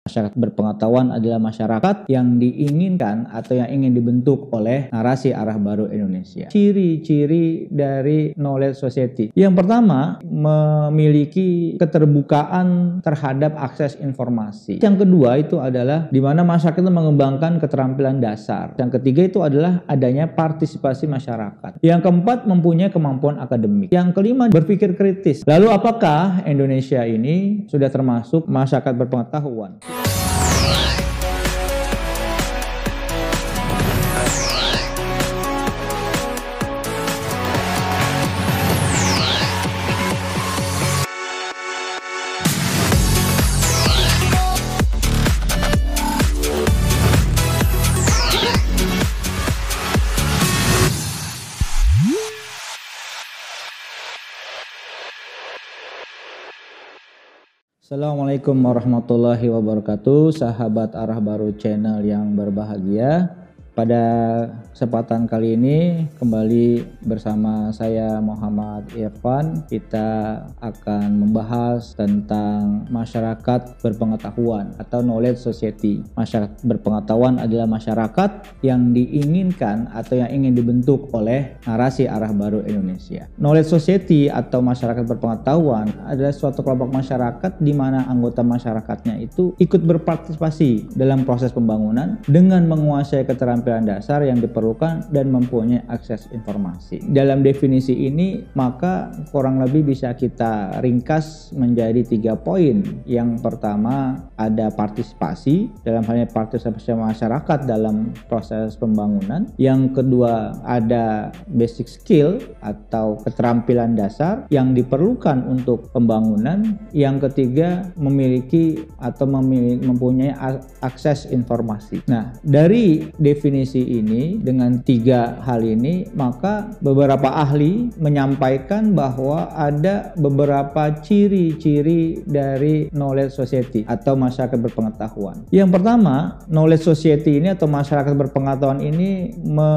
Masyarakat berpengetahuan adalah masyarakat yang diinginkan atau yang ingin dibentuk oleh narasi arah baru Indonesia. Ciri-ciri dari knowledge society. Yang pertama, memiliki keterbukaan terhadap akses informasi. Yang kedua itu adalah di mana masyarakat itu mengembangkan keterampilan dasar. Yang ketiga itu adalah adanya partisipasi masyarakat. Yang keempat, mempunyai kemampuan akademik. Yang kelima, berpikir kritis. Lalu apakah Indonesia ini sudah termasuk masyarakat berpengetahuan? Assalamualaikum warahmatullahi wabarakatuh, sahabat Arah Baru Channel yang berbahagia. Pada kesempatan kali ini kembali bersama saya Muhammad Irfan. Kita akan membahas tentang masyarakat berpengetahuan atau knowledge society. Masyarakat berpengetahuan adalah masyarakat yang diinginkan atau yang ingin dibentuk oleh narasi arah baru Indonesia. Knowledge society atau masyarakat berpengetahuan adalah suatu kelompok masyarakat di mana anggota masyarakatnya itu ikut berpartisipasi dalam proses pembangunan dengan menguasai keterampilan dasar yang diperlukan dan mempunyai akses informasi. Dalam definisi ini maka kurang lebih bisa kita ringkas menjadi 3 poin. Yang pertama ada partisipasi, dalam halnya partisipasi masyarakat dalam proses pembangunan. Yang kedua ada basic skill atau keterampilan dasar yang diperlukan untuk pembangunan. Yang ketiga memiliki atau mempunyai akses informasi. Nah, dari definisi ini dengan 3 hal ini maka beberapa ahli menyampaikan bahwa ada beberapa ciri-ciri dari knowledge society atau masyarakat berpengetahuan. Yang pertama, knowledge society ini atau masyarakat berpengetahuan ini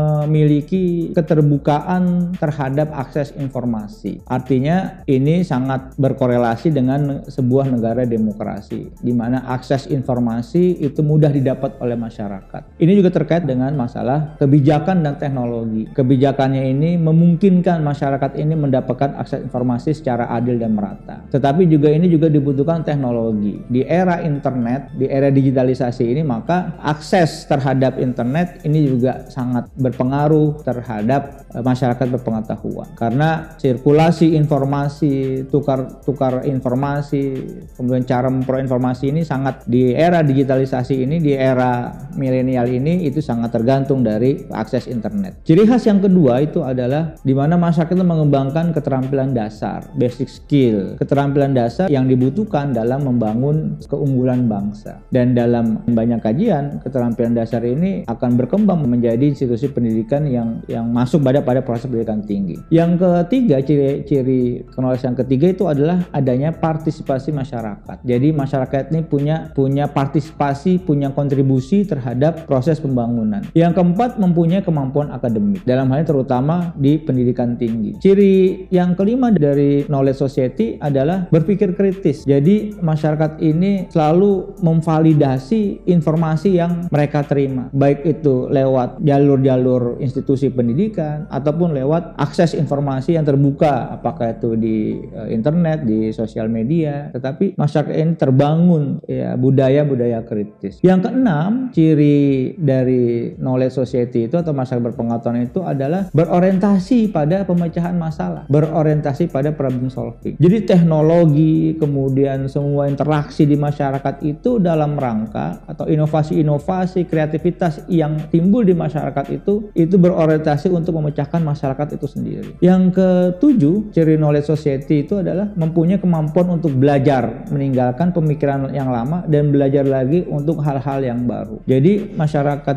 memiliki keterbukaan terhadap akses informasi. Artinya ini sangat berkorelasi dengan sebuah negara demokrasi di mana akses informasi itu mudah didapat oleh masyarakat. Ini juga terkait dengan masalah kebijakan dan teknologi. Kebijakannya ini memungkinkan masyarakat ini mendapatkan akses informasi secara adil dan merata. Tetapi ini juga dibutuhkan teknologi. Di era internet, di era digitalisasi ini maka akses terhadap internet ini juga sangat berpengaruh terhadap masyarakat berpengetahuan. Karena sirkulasi informasi, tukar informasi, kemudian cara memperoleh informasi ini sangat di era digitalisasi ini, di era milenial ini itu sangat tergantung dari akses internet. Ciri khas yang kedua itu adalah di mana masyarakat itu mengembangkan keterampilan dasar, basic skill, keterampilan dasar yang dibutuhkan dalam membangun keunggulan bangsa. Dan dalam banyak kajian, keterampilan dasar ini akan berkembang menjadi institusi pendidikan yang masuk pada proses pendidikan tinggi. Yang ketiga, ciri knowledge yang ketiga itu adalah adanya partisipasi masyarakat. Jadi masyarakat ini punya partisipasi, punya kontribusi terhadap proses pembangunan. Yang keempat, mempunyai kemampuan akademik, dalam hal ini terutama di pendidikan tinggi. Ciri yang kelima dari knowledge society adalah berpikir kritis. Jadi masyarakat ini selalu memvalidasi informasi yang mereka terima, baik itu lewat jalur-jalur institusi pendidikan ataupun lewat akses informasi yang terbuka, apakah itu di internet, di sosial media. Tetapi masyarakat ini terbangun ya budaya kritis. Yang keenam, ciri dari knowledge society itu atau masyarakat berpengetahuan itu adalah berorientasi pada pemecahan masalah, berorientasi pada problem solving. Jadi teknologi, kemudian semua interaksi di masyarakat itu dalam rangka atau inovasi-inovasi, kreativitas yang timbul di masyarakat itu berorientasi untuk memecahkan masyarakat itu sendiri. Yang ketujuh, ciri knowledge society itu adalah mempunyai kemampuan untuk belajar, meninggalkan pemikiran yang lama dan belajar lagi untuk hal-hal yang baru. Jadi masyarakat berpengetahuan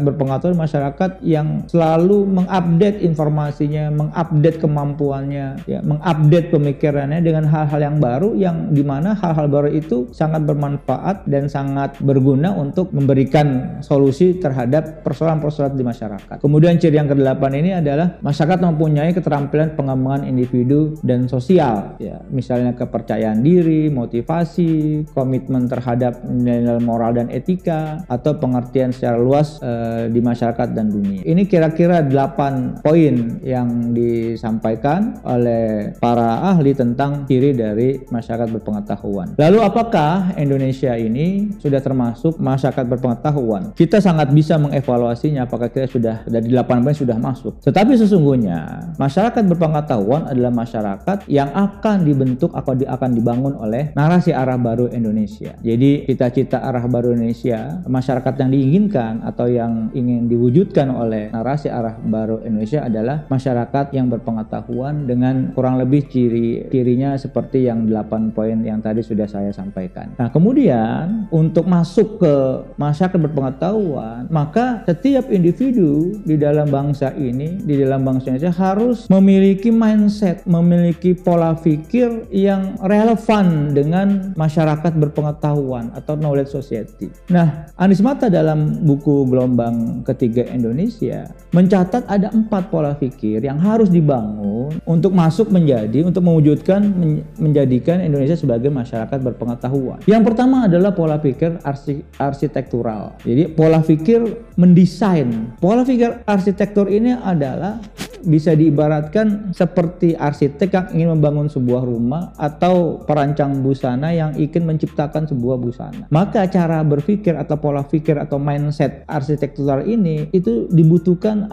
berpengetahuan, masyarakat yang selalu mengupdate informasinya, mengupdate kemampuannya, ya, mengupdate pemikirannya dengan hal-hal yang baru, yang dimana hal-hal baru itu sangat bermanfaat dan sangat berguna untuk memberikan solusi terhadap persoalan-persoalan di masyarakat. Kemudian ciri yang ke-8 ini adalah masyarakat mempunyai keterampilan pengembangan individu dan sosial, ya, misalnya kepercayaan diri, motivasi, komitmen terhadap nilai moral dan etika, atau pengertian secara luas di masyarakat dan dunia. Ini kira-kira 8 poin yang disampaikan oleh para ahli tentang ciri dari masyarakat berpengetahuan. Lalu apakah Indonesia ini sudah termasuk masyarakat berpengetahuan? Kita sangat bisa mengevaluasinya apakah kita sudah dari 8 poin sudah masuk. Tetapi sesungguhnya masyarakat berpengetahuan adalah masyarakat yang akan dibentuk atau akan dibangun oleh narasi arah baru Indonesia. Jadi cita-cita arah baru Indonesia, masyarakat yang diinginkan atau yang ingin diwujudkan oleh narasi arah baru Indonesia adalah masyarakat yang berpengetahuan dengan kurang lebih ciri-cirinya seperti yang 8 poin yang tadi sudah saya sampaikan. Nah, kemudian untuk masuk ke masyarakat berpengetahuan, maka setiap individu di dalam bangsa ini, di dalam bangsa Indonesia harus memiliki mindset, memiliki pola pikir yang relevan dengan masyarakat berpengetahuan atau knowledge society. Nah, Anies Mata dalam buku Gelombang Ketiga Indonesia mencatat ada 4 pola pikir yang harus dibangun untuk masuk menjadi, untuk mewujudkan menjadikan Indonesia sebagai masyarakat berpengetahuan. Yang pertama adalah pola pikir arsitektural. Jadi pola pikir mendesain. Pola pikir arsitektur ini adalah bisa diibaratkan seperti arsitek yang ingin membangun sebuah rumah atau perancang busana yang ingin menciptakan sebuah busana. Maka cara berpikir atau pola pikir atau mindset arsitektural ini itu dibutuhkan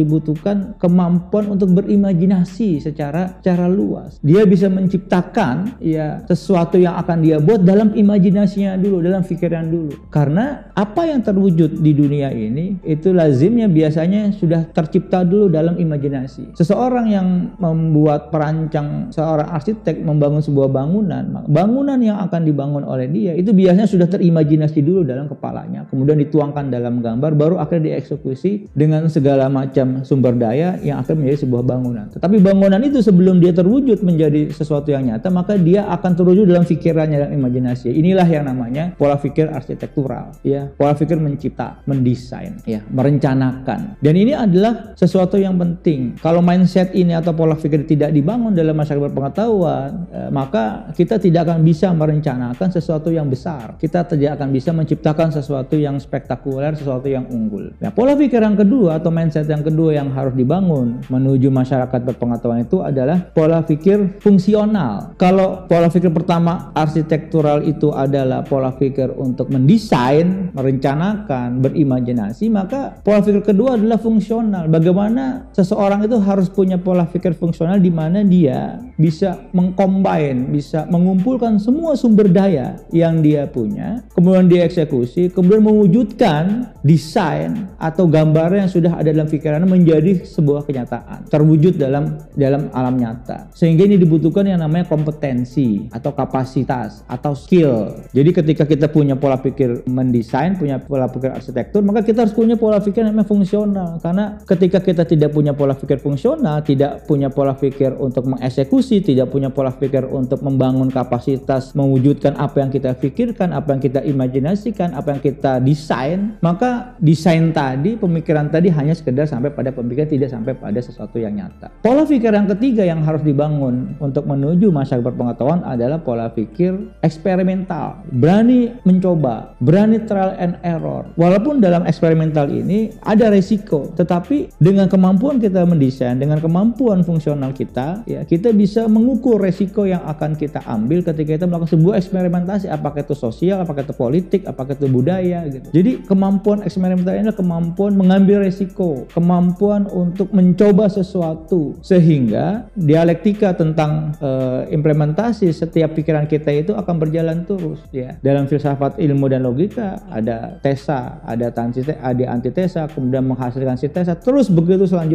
kemampuan untuk berimajinasi secara luas. Dia bisa menciptakan ya sesuatu yang akan dia buat dalam imajinasinya dulu, dalam pikiran dulu. Karena apa yang terwujud di dunia ini itu lazimnya biasanya sudah tercipta dulu dalam imajinasi. Seseorang yang membuat perancang, seorang arsitek membangun sebuah bangunan yang akan dibangun oleh dia itu biasanya sudah terimajinasi dulu dalam kepalanya, kemudian dituangkan dalam gambar, baru akhirnya dieksekusi dengan segala macam sumber daya yang akan menjadi sebuah bangunan. Tetapi bangunan itu sebelum dia terwujud menjadi sesuatu yang nyata, maka dia akan terwujud dalam pikirannya, dalam imajinasi. Inilah yang namanya pola pikir arsitektural, ya, pola pikir mencipta, mendesain, ya, merencanakan. Dan ini adalah sesuatu yang penting. Kalau mindset ini atau pola pikir tidak dibangun dalam masyarakat berpengetahuan, maka kita tidak akan bisa merencanakan sesuatu yang besar. Kita tidak akan bisa menciptakan sesuatu yang spektakuler, sesuatu yang unggul. Nah, pola pikir yang kedua atau mindset yang kedua yang harus dibangun menuju masyarakat berpengetahuan itu adalah pola pikir fungsional. Kalau pola pikir pertama arsitektural itu adalah pola pikir untuk mendesain, merencanakan, berimajinasi, maka pola pikir kedua adalah fungsional. Bagaimana seseorang itu harus punya pola pikir fungsional di mana dia bisa mengcombine, bisa mengumpulkan semua sumber daya yang dia punya, kemudian dieksekusi, kemudian mewujudkan desain atau gambar yang sudah ada dalam pikirannya menjadi sebuah kenyataan, terwujud dalam alam nyata. Sehingga ini dibutuhkan yang namanya kompetensi atau kapasitas atau skill. Jadi ketika kita punya pola pikir mendesain, punya pola pikir arsitektur, maka kita harus punya pola pikir yang namanya fungsional. Karena ketika kita tidak punya pola pikir fungsional, tidak punya pola pikir untuk mengeksekusi, tidak punya pola pikir untuk membangun kapasitas, mewujudkan apa yang kita pikirkan, apa yang kita imajinasikan, apa yang kita desain, maka desain tadi, pemikiran tadi hanya sekedar sampai pada pemikiran, tidak sampai pada sesuatu yang nyata. Pola pikir yang ketiga yang harus dibangun untuk menuju masyarakat berpengetahuan adalah pola pikir eksperimental. Berani mencoba, berani trial and error. Walaupun dalam eksperimental ini ada resiko, tetapi dengan kemampuan kita mendesain, dengan kemampuan fungsional kita, ya, kita bisa mengukur resiko yang akan kita ambil ketika kita melakukan sebuah eksperimentasi, apakah itu sosial, apakah itu politik, apakah itu budaya, gitu. Jadi kemampuan eksperimental ini adalah kemampuan mengambil resiko, kemampuan untuk mencoba sesuatu, sehingga dialektika tentang implementasi setiap pikiran kita itu akan berjalan terus, ya. Dalam filsafat ilmu dan logika ada tesa, ada antitesa, kemudian menghasilkan sintesa, terus begitu selanjutnya. Itulah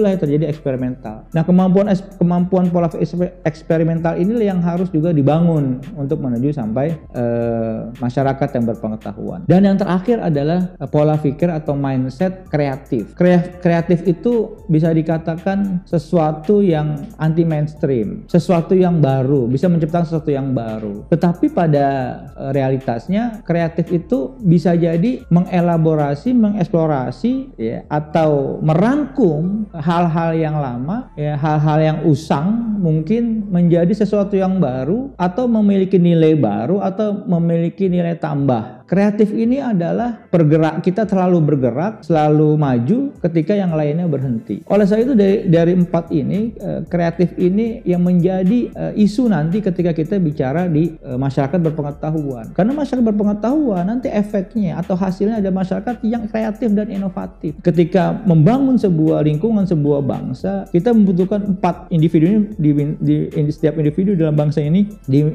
disitulah yang terjadi eksperimental. Nah, kemampuan pola eksperimental inilah yang harus juga dibangun untuk menuju sampai masyarakat yang berpengetahuan. Dan yang terakhir adalah pola pikir atau mindset kreatif. Kreatif itu bisa dikatakan sesuatu yang anti mainstream, sesuatu yang baru, bisa menciptakan sesuatu yang baru. Tetapi pada realitasnya kreatif itu bisa jadi mengelaborasi, mengeksplorasi, ya, atau merangkum hal-hal yang lama, ya, hal-hal yang usang mungkin menjadi sesuatu yang baru atau memiliki nilai baru atau memiliki nilai tambah. Kreatif ini adalah kita selalu bergerak, selalu maju ketika yang lainnya berhenti. Oleh sebab itu dari empat ini, kreatif ini yang menjadi isu nanti ketika kita bicara di masyarakat berpengetahuan. Karena masyarakat berpengetahuan nanti efeknya atau hasilnya ada masyarakat yang kreatif dan inovatif. Ketika membangun sebuah lingkungan, sebuah bangsa, kita membutuhkan 4 individu di setiap individu dalam bangsa ini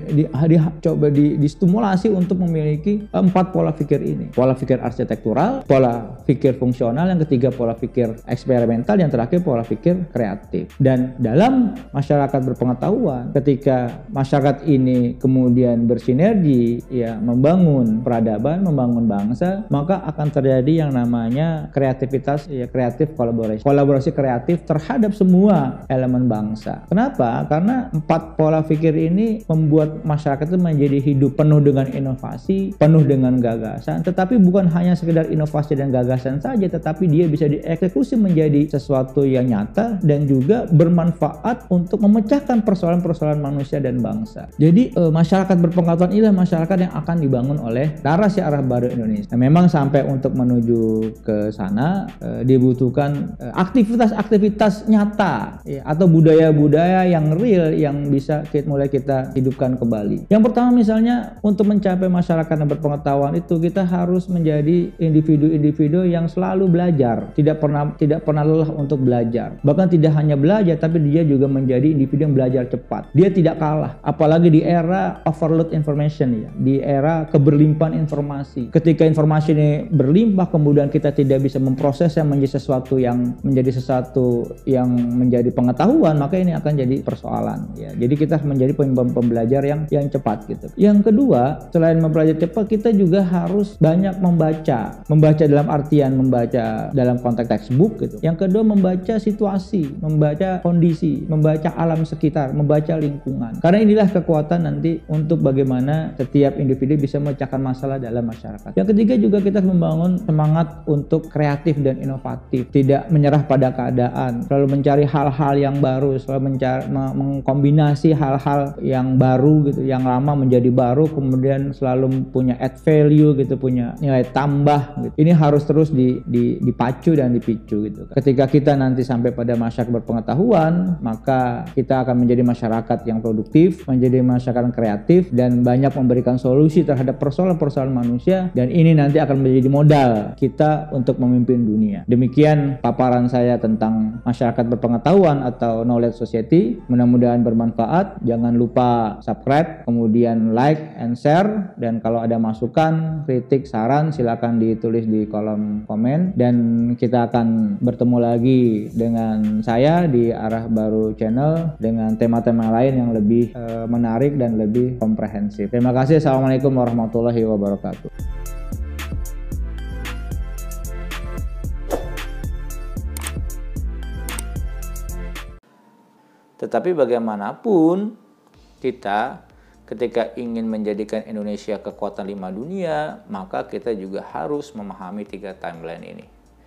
coba distimulasi untuk memiliki 4 pola pikir ini. Pola pikir arsitektural, pola pikir fungsional, yang ketiga pola pikir eksperimental, yang terakhir pola pikir kreatif. Dan dalam masyarakat berpengetahuan, ketika masyarakat ini kemudian bersinergi, ya, membangun peradaban, membangun bangsa, maka akan terjadi yang namanya kreativitas, ya, kreatif kolaborasi kreatif terhadap semua elemen bangsa. Kenapa? Karena 4 pola pikir ini membuat masyarakat itu menjadi hidup penuh dengan inovasi, penuh dengan gagasan, tetapi bukan hanya sekedar inovasi dan gagasan saja, tetapi dia bisa dieksekusi menjadi sesuatu yang nyata dan juga bermanfaat untuk memecahkan persoalan-persoalan manusia dan bangsa. Jadi masyarakat berpengetahuan inilah masyarakat yang akan dibangun oleh narasi arah baru Indonesia. Nah, memang sampai untuk menuju ke sana dibutuhkan aktivitas-aktivitas nyata, ya, atau budaya-budaya yang real yang bisa mulai kita hidupkan kembali. Yang pertama misalnya untuk mencapai masyarakat yang berpengetahuan itu kita harus menjadi individu-individu yang selalu belajar, tidak pernah lelah untuk belajar. Bahkan tidak hanya belajar, tapi dia juga menjadi individu yang belajar cepat. Dia tidak kalah, apalagi di era overload information, ya, di era keberlimpahan informasi. Ketika informasi ini berlimpah, kemudian kita tidak bisa memprosesnya menjadi sesuatu yang menjadi pengetahuan, maka ini akan jadi persoalan, ya. Jadi kita menjadi pembelajar yang cepat gitu. Yang kedua, selain mempelajari cepat, kita juga harus banyak membaca dalam artian membaca dalam konteks textbook gitu. Yang kedua, membaca situasi, membaca kondisi, membaca alam sekitar, membaca lingkungan. Karena inilah kekuatan nanti untuk bagaimana setiap individu bisa memecahkan masalah dalam masyarakat. Yang ketiga juga kita membangun semangat untuk kreatif dan inovatif, tidak menyerah pada keadaan, selalu mencari hal-hal yang baru, selalu mengkombinasi hal-hal yang baru gitu, yang lama menjadi baru, kemudian selalu punya add value gitu, punya nilai tambah gitu. Ini harus terus dipacu dan dipicu gitu. Ketika kita nanti sampai pada masyarakat berpengetahuan, maka kita akan menjadi masyarakat yang produktif, menjadi masyarakat kreatif, dan banyak memberikan solusi terhadap persoalan-persoalan manusia, dan ini nanti akan menjadi modal kita untuk memimpin dunia. Demikian paparan saya tentang masyarakat berpengetahuan atau knowledge society. Mudah-mudahan bermanfaat. Jangan lupa subscribe, kemudian like and share, dan kalau ada masukan, kritik, saran, silakan ditulis di kolom komen, dan kita akan bertemu lagi dengan saya di Arah Baru Channel dengan tema-tema lain yang lebih menarik dan lebih komprehensif. Terima kasih. Assalamualaikum warahmatullahi wabarakatuh. Tetapi bagaimanapun kita ketika ingin menjadikan Indonesia kekuatan 5 dunia, maka kita juga harus memahami 3 timeline ini.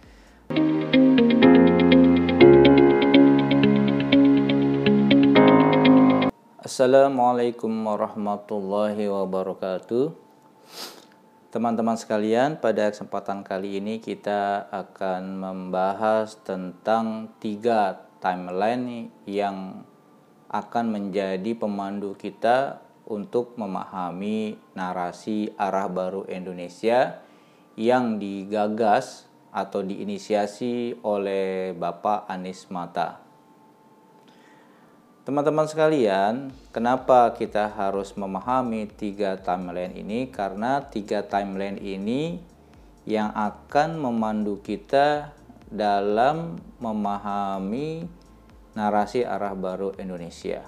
Assalamualaikum warahmatullahi wabarakatuh. Teman-teman sekalian, pada kesempatan kali ini kita akan membahas tentang 3 timeline yang akan menjadi pemandu kita untuk memahami narasi arah baru Indonesia yang digagas atau diinisiasi oleh Bapak Anies Mata. Teman-teman sekalian, kenapa kita harus memahami 3 timeline ini? Karena 3 timeline ini yang akan memandu kita dalam memahami narasi arah baru Indonesia.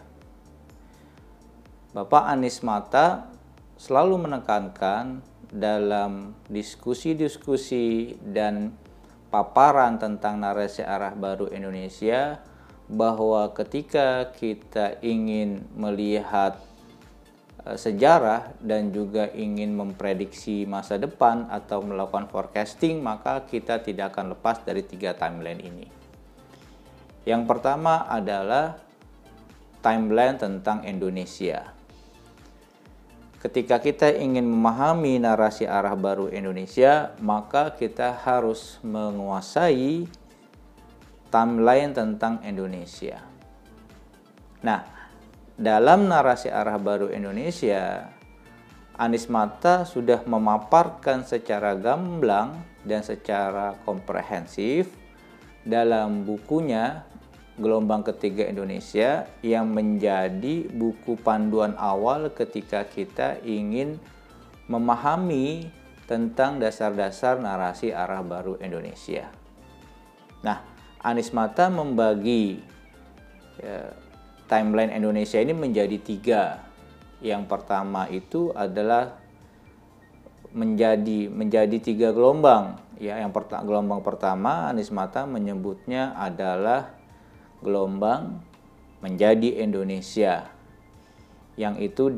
Bapak Anies Mata selalu menekankan dalam diskusi-diskusi dan paparan tentang narasi arah baru Indonesia bahwa ketika kita ingin melihat sejarah dan juga ingin memprediksi masa depan atau melakukan forecasting, maka kita tidak akan lepas dari 3 timeline ini. Yang pertama adalah timeline tentang Indonesia. Ketika kita ingin memahami narasi arah baru Indonesia, maka kita harus menguasai timeline tentang Indonesia. Nah, dalam narasi arah baru Indonesia, Anies Mata sudah memaparkan secara gamblang dan secara komprehensif dalam bukunya Gelombang Ketiga Indonesia, yang menjadi buku panduan awal ketika kita ingin memahami tentang dasar-dasar narasi arah baru Indonesia. Nah, Anies Mata membagi timeline Indonesia ini menjadi 3. Yang pertama itu adalah menjadi 3 gelombang. Ya, gelombang pertama Anies Mata menyebutnya adalah gelombang menjadi Indonesia, yang itu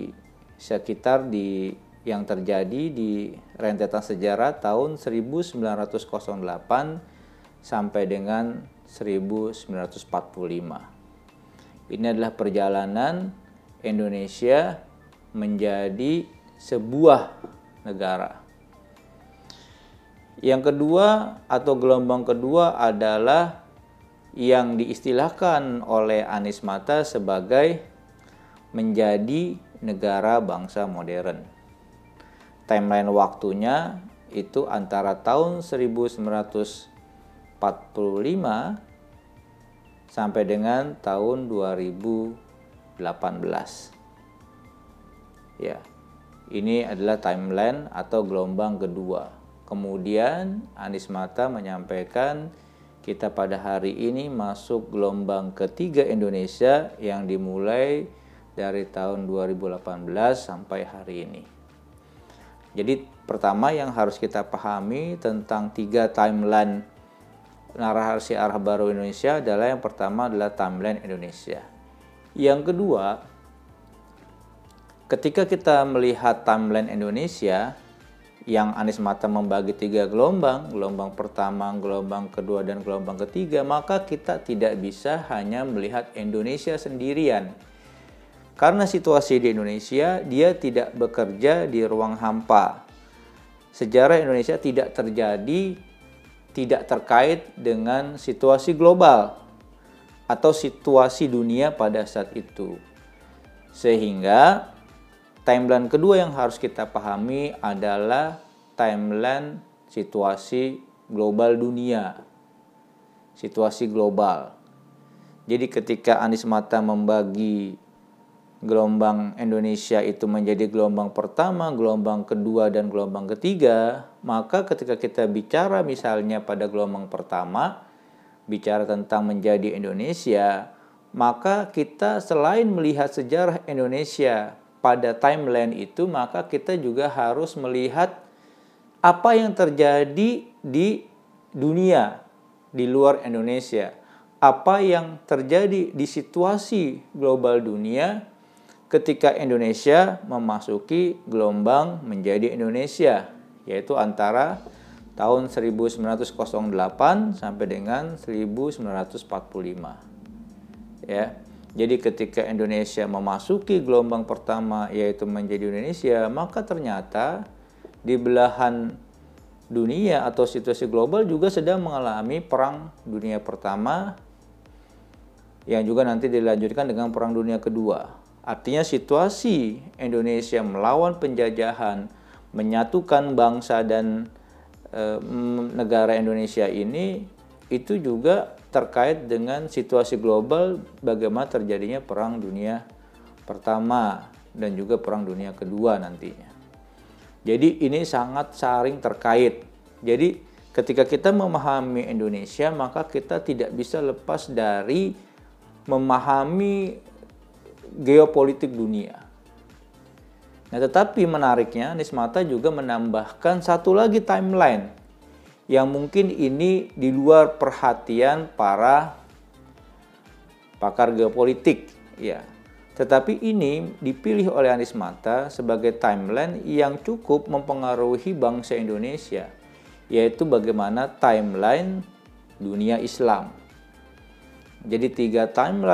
yang terjadi di rentetan sejarah tahun 1908 sampai dengan 1945. Ini adalah perjalanan Indonesia menjadi sebuah negara. Yang kedua atau gelombang kedua adalah yang diistilahkan oleh Anies Mata sebagai menjadi negara bangsa modern. Timeline waktunya itu antara tahun 1945 sampai dengan tahun 2018. Ya, ini adalah timeline atau gelombang kedua. Kemudian Anies Mata menyampaikan kita pada hari ini masuk gelombang ketiga Indonesia yang dimulai dari tahun 2018 sampai hari ini. Jadi pertama yang harus kita pahami tentang 3 timeline narasi arah baru Indonesia adalah yang pertama adalah timeline Indonesia. Yang kedua, ketika kita melihat timeline Indonesia yang Anies Mata membagi 3 gelombang, gelombang pertama, gelombang kedua, dan gelombang ketiga, maka kita tidak bisa hanya melihat Indonesia sendirian. Karena situasi di Indonesia, dia tidak bekerja di ruang hampa. Sejarah Indonesia tidak terkait dengan situasi global atau situasi dunia pada saat itu. Sehingga timeline kedua yang harus kita pahami adalah timeline situasi global dunia. Situasi global. Jadi ketika Anies Mata membagi gelombang Indonesia itu menjadi gelombang pertama, gelombang kedua, dan gelombang ketiga, maka ketika kita bicara misalnya pada gelombang pertama, bicara tentang menjadi Indonesia, maka kita selain melihat sejarah Indonesia pada timeline itu, maka kita juga harus melihat apa yang terjadi di dunia di luar Indonesia, apa yang terjadi di situasi global dunia ketika Indonesia memasuki gelombang menjadi Indonesia, yaitu antara tahun 1908 sampai dengan 1945. Ya. Jadi ketika Indonesia memasuki gelombang pertama yaitu menjadi Indonesia, maka ternyata di belahan dunia atau situasi global juga sedang mengalami perang dunia pertama yang juga nanti dilanjutkan dengan perang dunia kedua. Artinya situasi Indonesia melawan penjajahan, menyatukan bangsa dan negara Indonesia ini itu juga terkait dengan situasi global bagaimana terjadinya perang dunia pertama dan juga perang dunia kedua nantinya. Jadi ini sangat saling terkait. Jadi ketika kita memahami Indonesia, maka kita tidak bisa lepas dari memahami geopolitik dunia. Nah, tetapi menariknya Anies Mata juga menambahkan satu lagi timeline yang mungkin ini di luar perhatian para pakar geopolitik, ya. Tetapi ini dipilih oleh Anies Mata sebagai timeline yang cukup mempengaruhi bangsa Indonesia, yaitu bagaimana timeline dunia Islam. Jadi tiga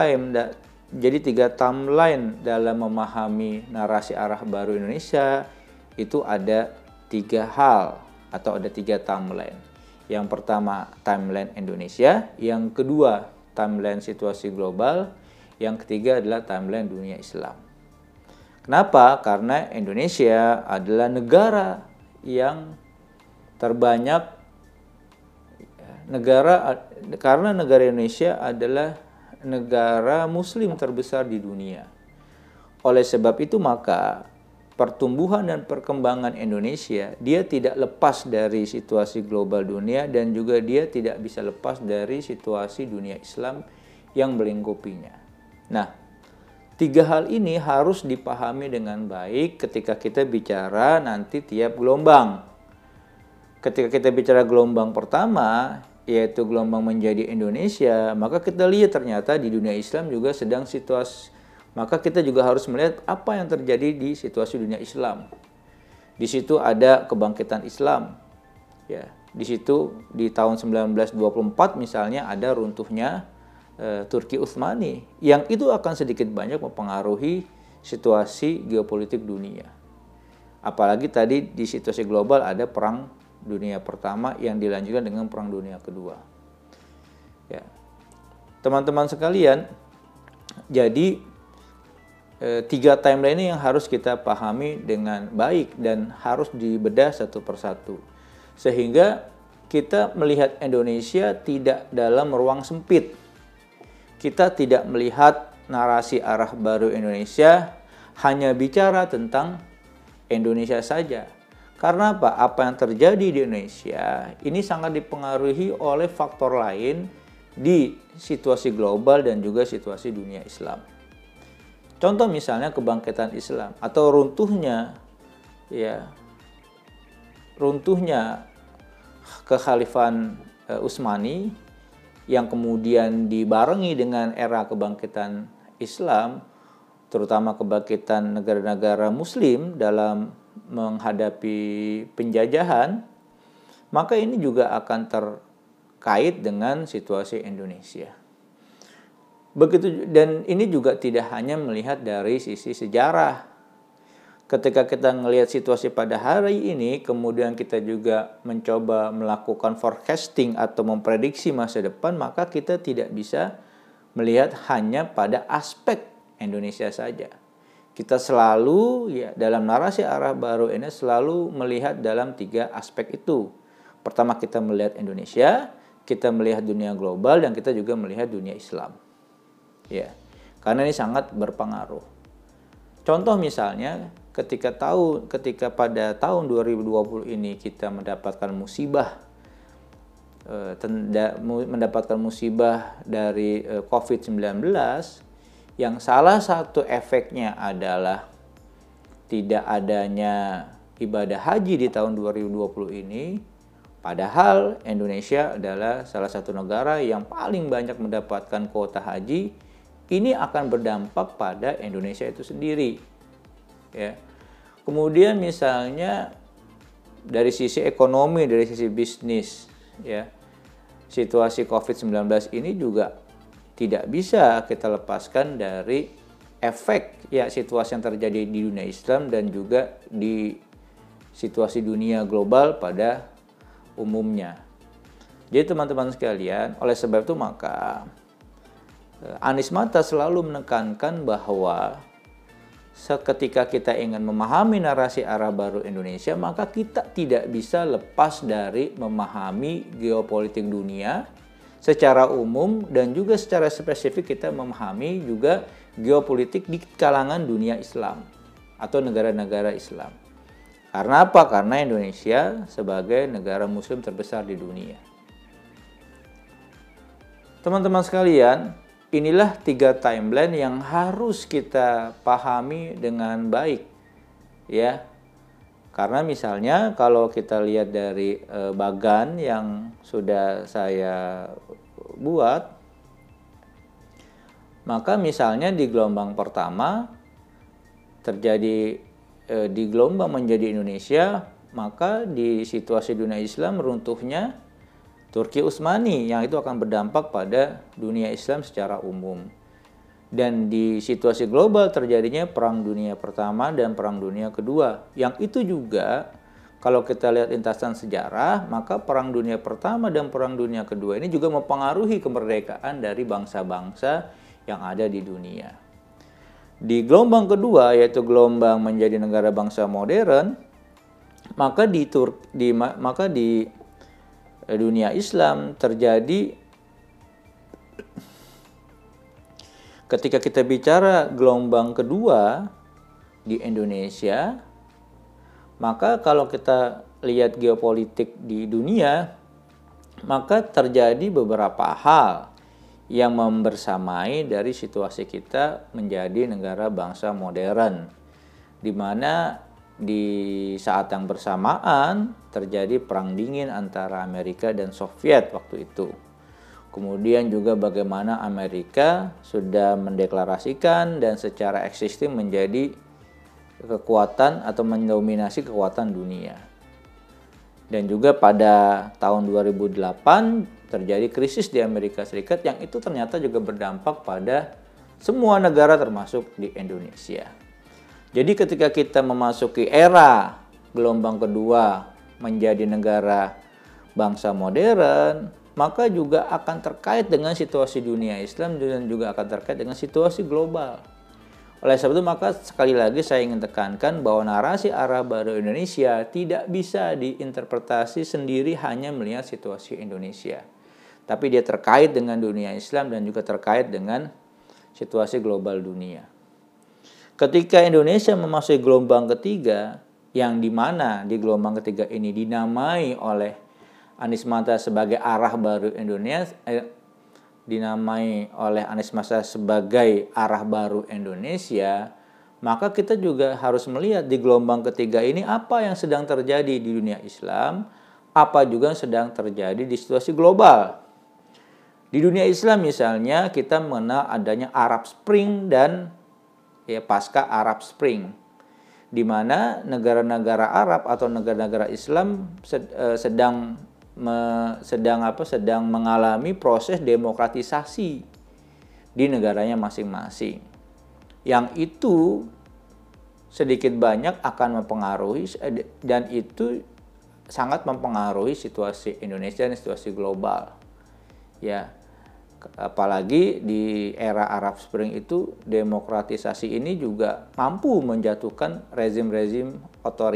timeline dalam memahami narasi arah baru Indonesia itu ada tiga hal atau ada tiga timeline. Yang pertama timeline Indonesia, yang kedua timeline situasi global, yang ketiga adalah timeline dunia Islam. Kenapa? Karena Indonesia adalah negara yang terbanyak karena negara Indonesia adalah negara muslim terbesar di dunia. Oleh sebab itu maka pertumbuhan dan perkembangan Indonesia dia tidak lepas dari situasi global dunia dan juga dia tidak bisa lepas dari situasi dunia Islam yang melingkupinya. Nah, tiga hal ini harus dipahami dengan baik ketika kita bicara nanti tiap gelombang. Ketika kita bicara gelombang pertama, yaitu gelombang menjadi Indonesia, maka kita lihat ternyata di dunia Islam juga sedang situasi, maka kita juga harus melihat apa yang terjadi di situasi dunia Islam. Di situ ada kebangkitan Islam, ya. Di situ di tahun 1924 misalnya ada runtuhnya Turki Utsmani, yang itu akan sedikit banyak mempengaruhi situasi geopolitik dunia. Apalagi tadi di situasi global ada perang dunia pertama yang dilanjutkan dengan perang dunia kedua. Ya, teman-teman sekalian, jadi tiga timeline ini yang harus kita pahami dengan baik dan harus dibedah satu persatu, sehingga kita melihat Indonesia tidak dalam ruang sempit. Kita tidak melihat narasi arah baru Indonesia hanya bicara tentang Indonesia saja. Karena apa? Apa yang terjadi di Indonesia ini sangat dipengaruhi oleh faktor lain di situasi global dan juga situasi dunia Islam. Contoh misalnya kebangkitan Islam atau runtuhnya kekhalifan Utsmani yang kemudian dibarengi dengan era kebangkitan Islam, terutama kebangkitan negara-negara Muslim dalam menghadapi penjajahan, maka ini juga akan terkait dengan situasi Indonesia. Begitu, dan ini juga tidak hanya melihat dari sisi sejarah. Ketika kita melihat situasi pada hari ini, kemudian kita juga mencoba melakukan forecasting atau memprediksi masa depan, maka kita tidak bisa melihat hanya pada aspek Indonesia saja. Kita selalu dalam narasi arah baru ini selalu melihat dalam tiga aspek itu. Pertama kita melihat Indonesia, kita melihat dunia global, dan kita juga melihat dunia Islam. Ya, karena ini sangat berpengaruh. Contoh misalnya ketika pada tahun 2020 ini kita mendapatkan musibah dari COVID-19, yang salah satu efeknya adalah tidak adanya ibadah haji di tahun 2020 ini, padahal Indonesia adalah salah satu negara yang paling banyak mendapatkan kuota haji. Ini akan berdampak pada Indonesia itu sendiri. Ya. Kemudian misalnya dari sisi ekonomi, dari sisi bisnis, ya, situasi COVID-19 ini juga tidak bisa kita lepaskan dari efek situasi yang terjadi di dunia Islam dan juga di situasi dunia global pada umumnya. Jadi teman-teman sekalian, oleh sebab itu maka Anies Mata selalu menekankan bahwa ketika kita ingin memahami narasi arah baru Indonesia, maka kita tidak bisa lepas dari memahami geopolitik dunia secara umum dan juga secara spesifik kita memahami juga geopolitik di kalangan dunia Islam atau negara-negara Islam. Karena apa? Karena Indonesia sebagai negara muslim terbesar di dunia. Teman-teman sekalian, inilah 3 timeline yang harus kita pahami dengan baik, ya. Karena misalnya kalau kita lihat dari bagan yang sudah saya buat, maka misalnya di gelombang pertama terjadi di gelombang menjadi Indonesia, maka di situasi dunia Islam runtuhnya Turki Utsmani yang itu akan berdampak pada dunia Islam secara umum. Dan di situasi global terjadinya Perang Dunia Pertama dan Perang Dunia Kedua. Yang itu juga kalau kita lihat lintasan sejarah, maka Perang Dunia Pertama dan Perang Dunia Kedua ini juga mempengaruhi kemerdekaan dari bangsa-bangsa yang ada di dunia. Di gelombang kedua, yaitu gelombang menjadi negara bangsa modern, maka di dunia Islam terjadi, ketika kita bicara gelombang kedua di Indonesia, maka kalau kita lihat geopolitik di dunia, maka terjadi beberapa hal yang membersamai dari situasi kita menjadi negara bangsa modern, di mana di saat yang bersamaan terjadi perang dingin antara Amerika dan Soviet waktu itu. Kemudian juga bagaimana Amerika sudah mendeklarasikan dan secara existing menjadi kekuatan atau mendominasi kekuatan dunia. Dan juga pada tahun 2008 terjadi krisis di Amerika Serikat yang itu ternyata juga berdampak pada semua negara termasuk di Indonesia. Jadi ketika kita memasuki era gelombang kedua menjadi negara bangsa modern, maka juga akan terkait dengan situasi dunia Islam dan juga akan terkait dengan situasi global. Oleh sebab itu maka sekali lagi saya ingin tekankan bahwa narasi arah baru Indonesia tidak bisa diinterpretasi sendiri hanya melihat situasi Indonesia. Tapi dia terkait dengan dunia Islam dan juga terkait dengan situasi global dunia. Ketika Indonesia memasuki gelombang ketiga, yang dimana di gelombang ketiga ini dinamai oleh Anies Mata sebagai arah baru Indonesia, dinamai oleh Anies Mata sebagai arah baru Indonesia, maka kita juga harus melihat di gelombang ketiga ini apa yang sedang terjadi di dunia Islam, apa juga yang sedang terjadi di situasi global. Di dunia Islam misalnya kita mengenal adanya Arab Spring dan pasca Arab Spring, di mana negara-negara Arab atau negara-negara Islam sedang mengalami proses demokratisasi di negaranya masing-masing. Yang itu sedikit banyak akan mempengaruhi dan itu sangat mempengaruhi situasi Indonesia dan situasi global. Ya. Apalagi di era Arab Spring itu demokratisasi ini juga mampu menjatuhkan rezim-rezim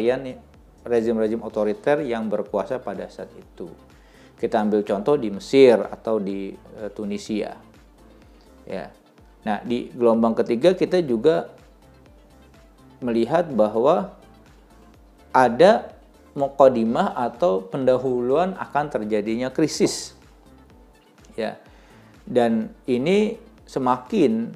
otoriter yang berkuasa pada saat itu. Kita ambil contoh di Mesir atau di Tunisia. Ya. Nah, di gelombang ketiga kita juga melihat bahwa ada muqaddimah atau pendahuluan akan terjadinya krisis. Ya. Dan ini semakin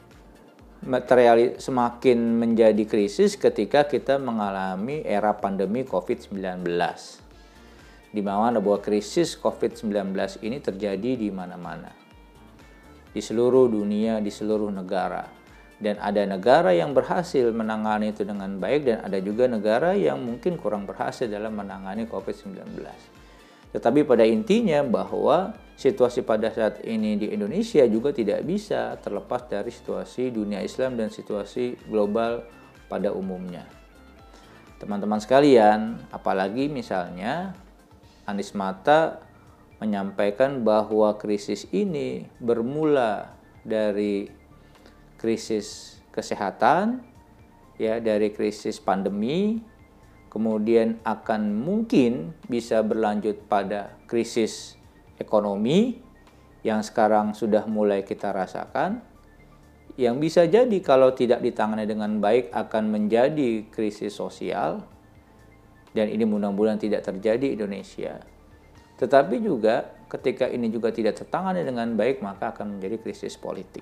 menjadi krisis ketika kita mengalami era pandemi COVID-19. Di mana bahwa krisis COVID-19 ini terjadi di mana-mana. Di seluruh dunia, di seluruh negara. Dan ada negara yang berhasil menangani itu dengan baik dan ada juga negara yang mungkin kurang berhasil dalam menangani COVID-19. Tetapi pada intinya bahwa situasi pada saat ini di Indonesia juga tidak bisa terlepas dari situasi dunia Islam dan situasi global pada umumnya. Teman-teman sekalian, apalagi misalnya Anies Mata menyampaikan bahwa krisis ini bermula dari krisis kesehatan, ya, dari krisis pandemi, kemudian akan mungkin bisa berlanjut pada krisis ekonomi yang sekarang sudah mulai kita rasakan, yang bisa jadi kalau tidak ditangani dengan baik akan menjadi krisis sosial, dan ini mudah-mudahan tidak terjadi di Indonesia. Tetapi juga ketika ini juga tidak tertangani dengan baik, maka akan menjadi krisis politik.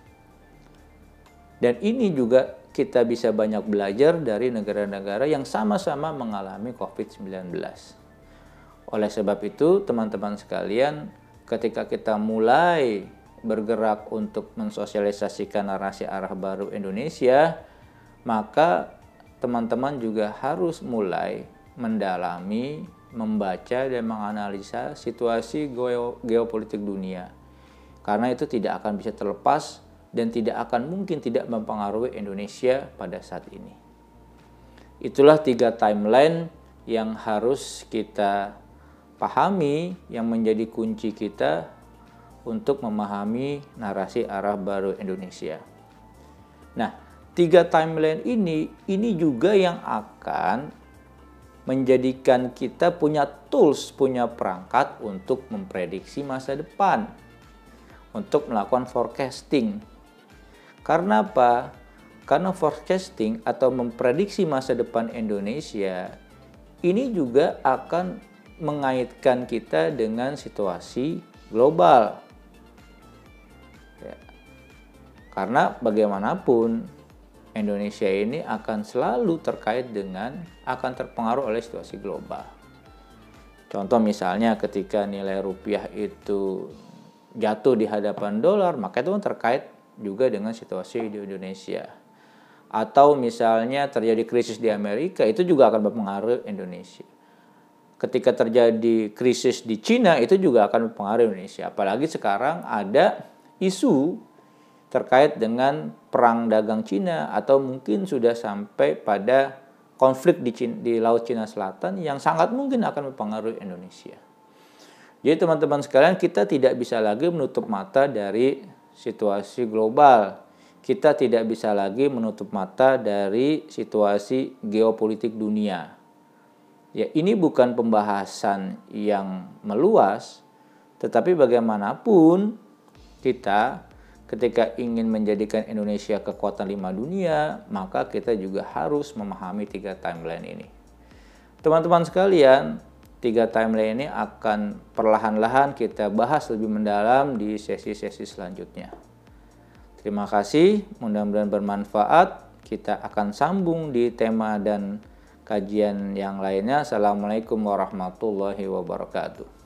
Dan ini juga kita bisa banyak belajar dari negara-negara yang sama-sama mengalami COVID-19. Oleh sebab itu, teman-teman sekalian, ketika kita mulai bergerak untuk mensosialisasikan narasi arah baru Indonesia, maka teman-teman juga harus mulai mendalami, membaca dan menganalisa situasi geopolitik dunia. Karena itu tidak akan bisa terlepas dan tidak akan mungkin tidak mempengaruhi Indonesia pada saat ini. Itulah 3 timeline yang harus kita pahami, yang menjadi kunci kita untuk memahami narasi arah baru Indonesia. Nah, 3 timeline ini juga yang akan menjadikan kita punya tools, punya perangkat untuk memprediksi masa depan, untuk melakukan forecasting. Karena apa? Karena forecasting atau memprediksi masa depan Indonesia ini juga akan mengaitkan kita dengan situasi global. Ya. Karena bagaimanapun Indonesia ini akan selalu terkait dengan, akan terpengaruh oleh situasi global. Contoh misalnya ketika nilai rupiah itu jatuh di hadapan dolar, maka itu terkait juga dengan situasi di Indonesia. Atau misalnya terjadi krisis di Amerika, itu juga akan mempengaruhi Indonesia. Ketika terjadi krisis di Cina, itu juga akan mempengaruhi Indonesia. Apalagi sekarang ada isu terkait dengan perang dagang Cina, atau mungkin sudah sampai pada konflik di Laut Cina Selatan yang sangat mungkin akan mempengaruhi Indonesia. Jadi teman-teman sekalian, kita tidak bisa lagi menutup mata dari situasi global. Kita tidak bisa lagi menutup mata dari situasi geopolitik dunia. Ya, ini bukan pembahasan yang meluas, tetapi bagaimanapun kita ketika ingin menjadikan Indonesia kekuatan 5 dunia, maka kita juga harus memahami 3 timeline ini. Teman-teman sekalian, 3 timeline ini akan perlahan-lahan kita bahas lebih mendalam di sesi-sesi selanjutnya. Terima kasih, mudah-mudahan bermanfaat. Kita akan sambung di tema dan kajian yang lainnya. Assalamualaikum warahmatullahi wabarakatuh.